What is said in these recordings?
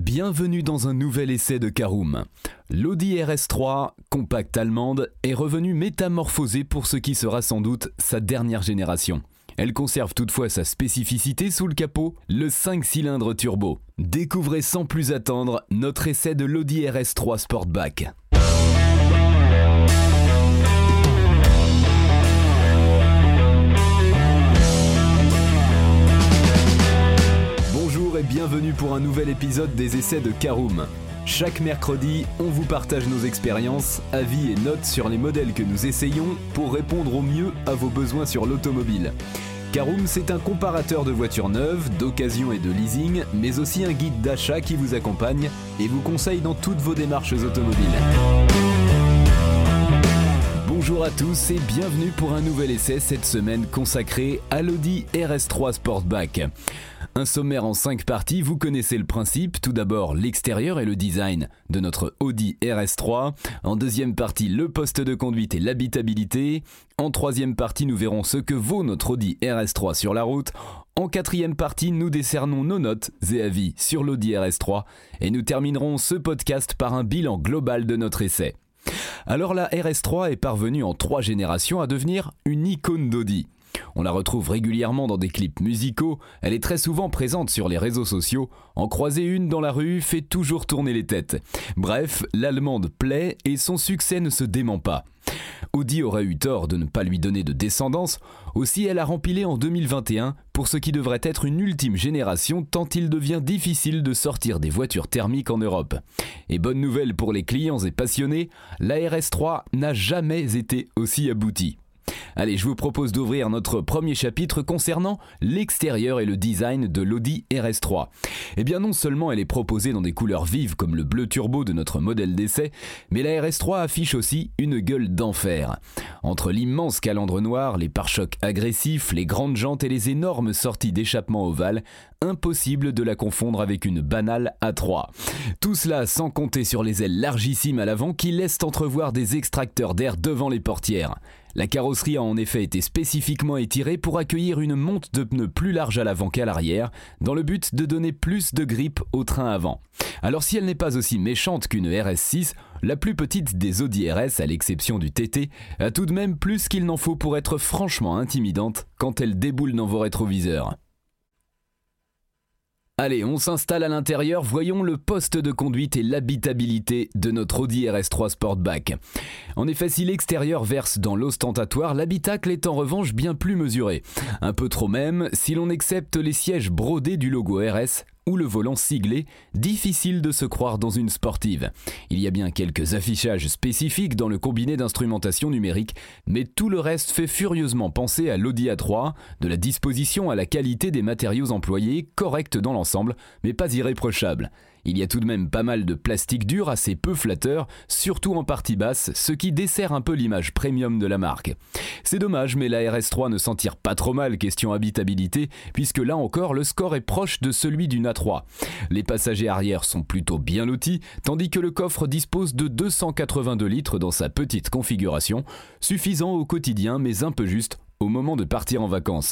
Bienvenue dans un nouvel essai de Caroom. L'Audi RS3, compacte allemande, est revenue métamorphosée pour ce qui sera sans doute sa dernière génération. Elle conserve toutefois sa spécificité sous le capot, le 5 cylindres turbo. Découvrez sans plus attendre notre essai de l'Audi RS3 Sportback. Bonjour et bienvenue pour un nouvel épisode des essais de Caroom. Chaque mercredi, on vous partage nos expériences, avis et notes sur les modèles que nous essayons pour répondre au mieux à vos besoins sur l'automobile. Caroom, c'est un comparateur de voitures neuves, d'occasion et de leasing, mais aussi un guide d'achat qui vous accompagne et vous conseille dans toutes vos démarches automobiles. Bonjour à tous et bienvenue pour un nouvel essai cette semaine consacré à l'Audi RS3 Sportback. Un sommaire en 5 parties, vous connaissez le principe. Tout d'abord, l'extérieur et le design de notre Audi RS3. En deuxième partie, le poste de conduite et l'habitabilité. En troisième partie, nous verrons ce que vaut notre Audi RS3 sur la route. En quatrième partie, nous décernons nos notes et avis sur l'Audi RS3. Et nous terminerons ce podcast par un bilan global de notre essai. Alors la RS3 est parvenue en 3 générations à devenir une icône d'Audi. On la retrouve régulièrement dans des clips musicaux, elle est très souvent présente sur les réseaux sociaux, en croiser une dans la rue fait toujours tourner les têtes. Bref, l'allemande plaît et son succès ne se dément pas. Audi aurait eu tort de ne pas lui donner de descendance, aussi elle a rempilé en 2021 pour ce qui devrait être une ultime génération tant il devient difficile de sortir des voitures thermiques en Europe. Et bonne nouvelle pour les clients et passionnés, la RS3 n'a jamais été aussi aboutie. Allez, je vous propose d'ouvrir notre premier chapitre concernant l'extérieur et le design de l'Audi RS3. Eh bien non seulement elle est proposée dans des couleurs vives comme le bleu turbo de notre modèle d'essai, mais la RS3 affiche aussi une gueule d'enfer. Entre l'immense calandre noir, les pare-chocs agressifs, les grandes jantes et les énormes sorties d'échappement ovales, impossible de la confondre avec une banale A3. Tout cela sans compter sur les ailes largissimes à l'avant qui laissent entrevoir des extracteurs d'air devant les portières. La carrosserie a en effet été spécifiquement étirée pour accueillir une monte de pneus plus large à l'avant qu'à l'arrière, dans le but de donner plus de grippe au train avant. Alors si elle n'est pas aussi méchante qu'une RS6, la plus petite des Audi RS, à l'exception du TT, a tout de même plus qu'il n'en faut pour être franchement intimidante quand elle déboule dans vos rétroviseurs. Allez, on s'installe à l'intérieur, voyons le poste de conduite et l'habitabilité de notre Audi RS3 Sportback. En effet, si l'extérieur verse dans l'ostentatoire, l'habitacle est en revanche bien plus mesuré. Un peu trop même, si l'on accepte les sièges brodés du logo RS ou le volant siglé, difficile de se croire dans une sportive. Il y a bien quelques affichages spécifiques dans le combiné d'instrumentation numérique, mais tout le reste fait furieusement penser à l'Audi A3, de la disposition à la qualité des matériaux employés, correcte dans l'ensemble, mais pas irréprochable. Il y a tout de même pas mal de plastique dur assez peu flatteur, surtout en partie basse, ce qui dessert un peu l'image premium de la marque. C'est dommage, mais la RS3 ne s'en tire pas trop mal question habitabilité, puisque là encore le score est proche de celui d'une A3. Les passagers arrière sont plutôt bien lotis, tandis que le coffre dispose de 282 litres dans sa petite configuration, suffisant au quotidien mais un peu juste au moment de partir en vacances.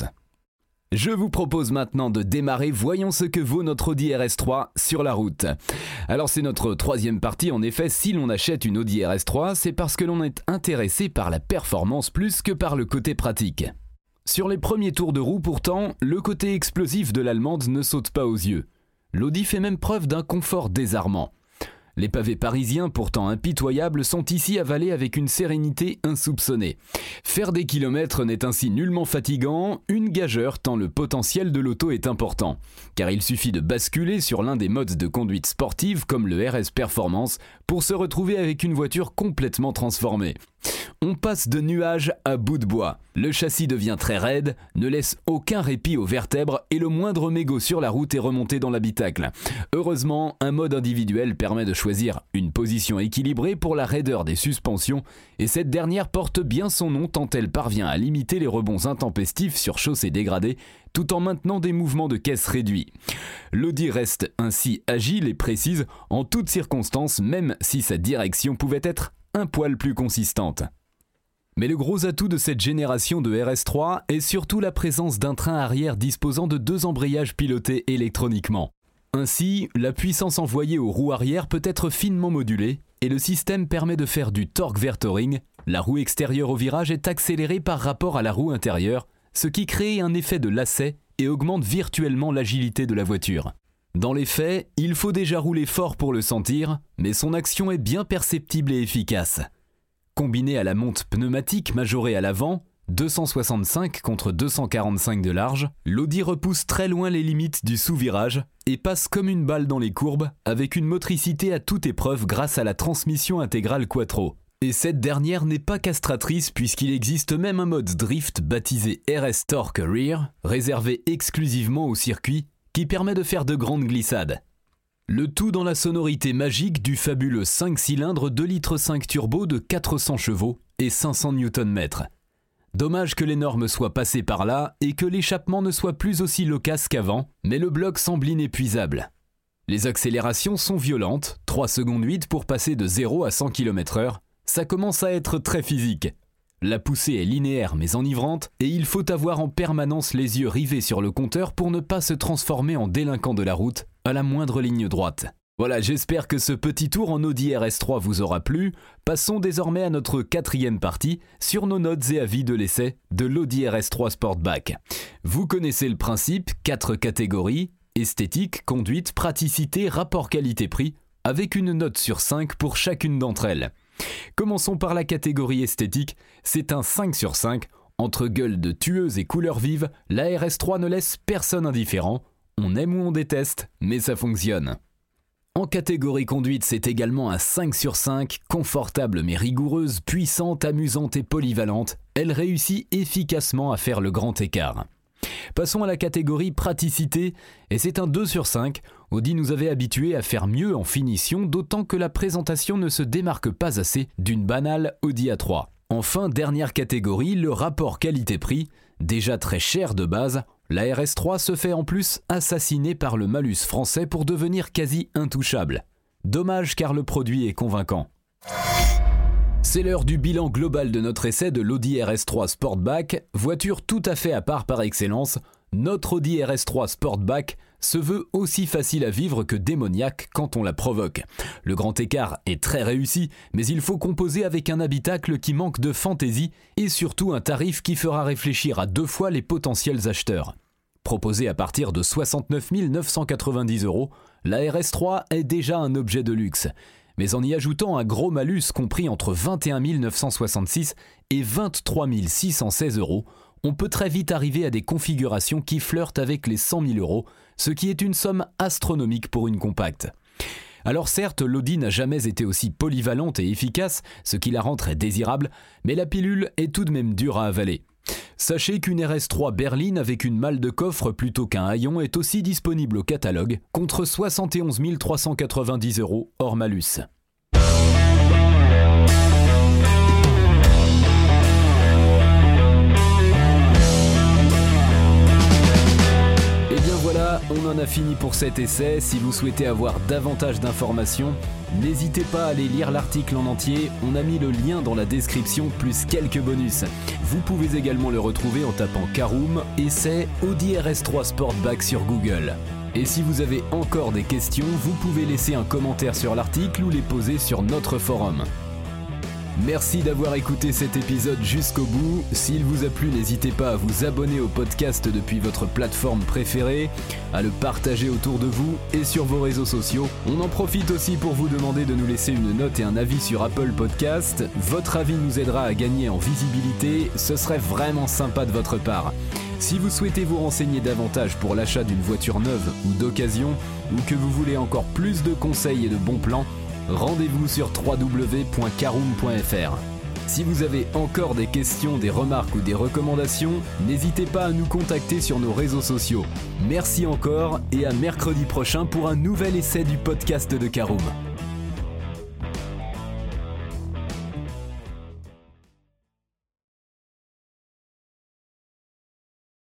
Je vous propose maintenant de démarrer, voyons ce que vaut notre Audi RS3 sur la route. Alors c'est notre troisième partie, en effet, si l'on achète une Audi RS3, c'est parce que l'on est intéressé par la performance plus que par le côté pratique. Sur les premiers tours de roue pourtant, le côté explosif de l'allemande ne saute pas aux yeux. L'Audi fait même preuve d'un confort désarmant. Les pavés parisiens, pourtant impitoyables, sont ici avalés avec une sérénité insoupçonnée. Faire des kilomètres n'est ainsi nullement fatigant, une gageure tant le potentiel de l'auto est important. Car il suffit de basculer sur l'un des modes de conduite sportive comme le RS Performance pour se retrouver avec une voiture complètement transformée. On passe de nuages à bout de bois. Le châssis devient très raide, ne laisse aucun répit aux vertèbres et le moindre mégot sur la route est remonté dans l'habitacle. Heureusement, un mode individuel permet de choisir une position équilibrée pour la raideur des suspensions et cette dernière porte bien son nom tant elle parvient à limiter les rebonds intempestifs sur chaussées dégradées tout en maintenant des mouvements de caisse réduits. L'Audi reste ainsi agile et précise en toutes circonstances, même si sa direction pouvait être un poil plus consistante. Mais le gros atout de cette génération de RS3 est surtout la présence d'un train arrière disposant de 2 embrayages pilotés électroniquement. Ainsi, la puissance envoyée aux roues arrière peut être finement modulée et le système permet de faire du torque vectoring. La roue extérieure au virage est accélérée par rapport à la roue intérieure, ce qui crée un effet de lacet et augmente virtuellement l'agilité de la voiture. Dans les faits, il faut déjà rouler fort pour le sentir, mais son action est bien perceptible et efficace. Combiné à la monte pneumatique majorée à l'avant, 265 contre 245 de large, l'Audi repousse très loin les limites du sous-virage et passe comme une balle dans les courbes avec une motricité à toute épreuve grâce à la transmission intégrale Quattro. Et cette dernière n'est pas castratrice puisqu'il existe même un mode drift baptisé RS Torque Rear, réservé exclusivement au circuit, qui permet de faire de grandes glissades. Le tout dans la sonorité magique du fabuleux 5 cylindres 2,5 litres turbo de 400 chevaux et 500 Nm. Dommage que les normes soient passées par là et que l'échappement ne soit plus aussi loquace qu'avant, mais le bloc semble inépuisable. Les accélérations sont violentes, 3 secondes 8 pour passer de 0 à 100 km/h, ça commence à être très physique. La poussée est linéaire mais enivrante et il faut avoir en permanence les yeux rivés sur le compteur pour ne pas se transformer en délinquant de la route à la moindre ligne droite. Voilà, j'espère que ce petit tour en Audi RS3 vous aura plu. Passons désormais à notre 4e partie sur nos notes et avis de l'essai de l'Audi RS3 Sportback. Vous connaissez le principe, 4 catégories, esthétique, conduite, praticité, rapport qualité-prix, avec une note sur 5 pour chacune d'entre elles. Commençons par la catégorie esthétique, c'est un 5 sur 5. Entre gueule de tueuse et couleurs vives, la RS3 ne laisse personne indifférent. On aime ou on déteste, mais ça fonctionne. En catégorie conduite, c'est également un 5 sur 5, confortable mais rigoureuse, puissante, amusante et polyvalente. Elle réussit efficacement à faire le grand écart. Passons à la catégorie praticité, et c'est un 2 sur 5. Audi nous avait habitués à faire mieux en finition, d'autant que la présentation ne se démarque pas assez d'une banale Audi A3. Enfin, dernière catégorie, le rapport qualité-prix. Déjà très cher de base, la RS3 se fait en plus assassiner par le malus français pour devenir quasi intouchable. Dommage car le produit est convaincant. C'est l'heure du bilan global de notre essai de l'Audi RS3 Sportback, voiture tout à fait à part par excellence. Notre Audi RS3 Sportback se veut aussi facile à vivre que démoniaque quand on la provoque. Le grand écart est très réussi, mais il faut composer avec un habitacle qui manque de fantaisie et surtout un tarif qui fera réfléchir à 2 fois les potentiels acheteurs. Proposée à partir de 69 990 €, la RS3 est déjà un objet de luxe. Mais en y ajoutant un gros malus compris entre 21 966 et 23 616 €, on peut très vite arriver à des configurations qui flirtent avec les 100 000 €, ce qui est une somme astronomique pour une compacte. Alors certes, l'Audi n'a jamais été aussi polyvalente et efficace, ce qui la rend très désirable, mais la pilule est tout de même dure à avaler. Sachez qu'une RS3 berline avec une malle de coffre plutôt qu'un haillon est aussi disponible au catalogue, contre 71 390 € hors malus. On en a fini pour cet essai. Si vous souhaitez avoir davantage d'informations, n'hésitez pas à aller lire l'article en entier. On a mis le lien dans la description plus quelques bonus. Vous pouvez également le retrouver en tapant Caroom, essai Audi RS3 Sportback sur Google. Et si vous avez encore des questions, vous pouvez laisser un commentaire sur l'article ou les poser sur notre forum. Merci d'avoir écouté cet épisode jusqu'au bout. S'il vous a plu, n'hésitez pas à vous abonner au podcast depuis votre plateforme préférée, à le partager autour de vous et sur vos réseaux sociaux. On en profite aussi pour vous demander de nous laisser une note et un avis sur Apple Podcast. Votre avis nous aidera à gagner en visibilité, ce serait vraiment sympa de votre part. Si vous souhaitez vous renseigner davantage pour l'achat d'une voiture neuve ou d'occasion, ou que vous voulez encore plus de conseils et de bons plans, rendez-vous sur www.caroom.fr. Si vous avez encore des questions, des remarques ou des recommandations, n'hésitez pas à nous contacter sur nos réseaux sociaux. Merci encore et à mercredi prochain pour un nouvel essai du podcast de Caroom.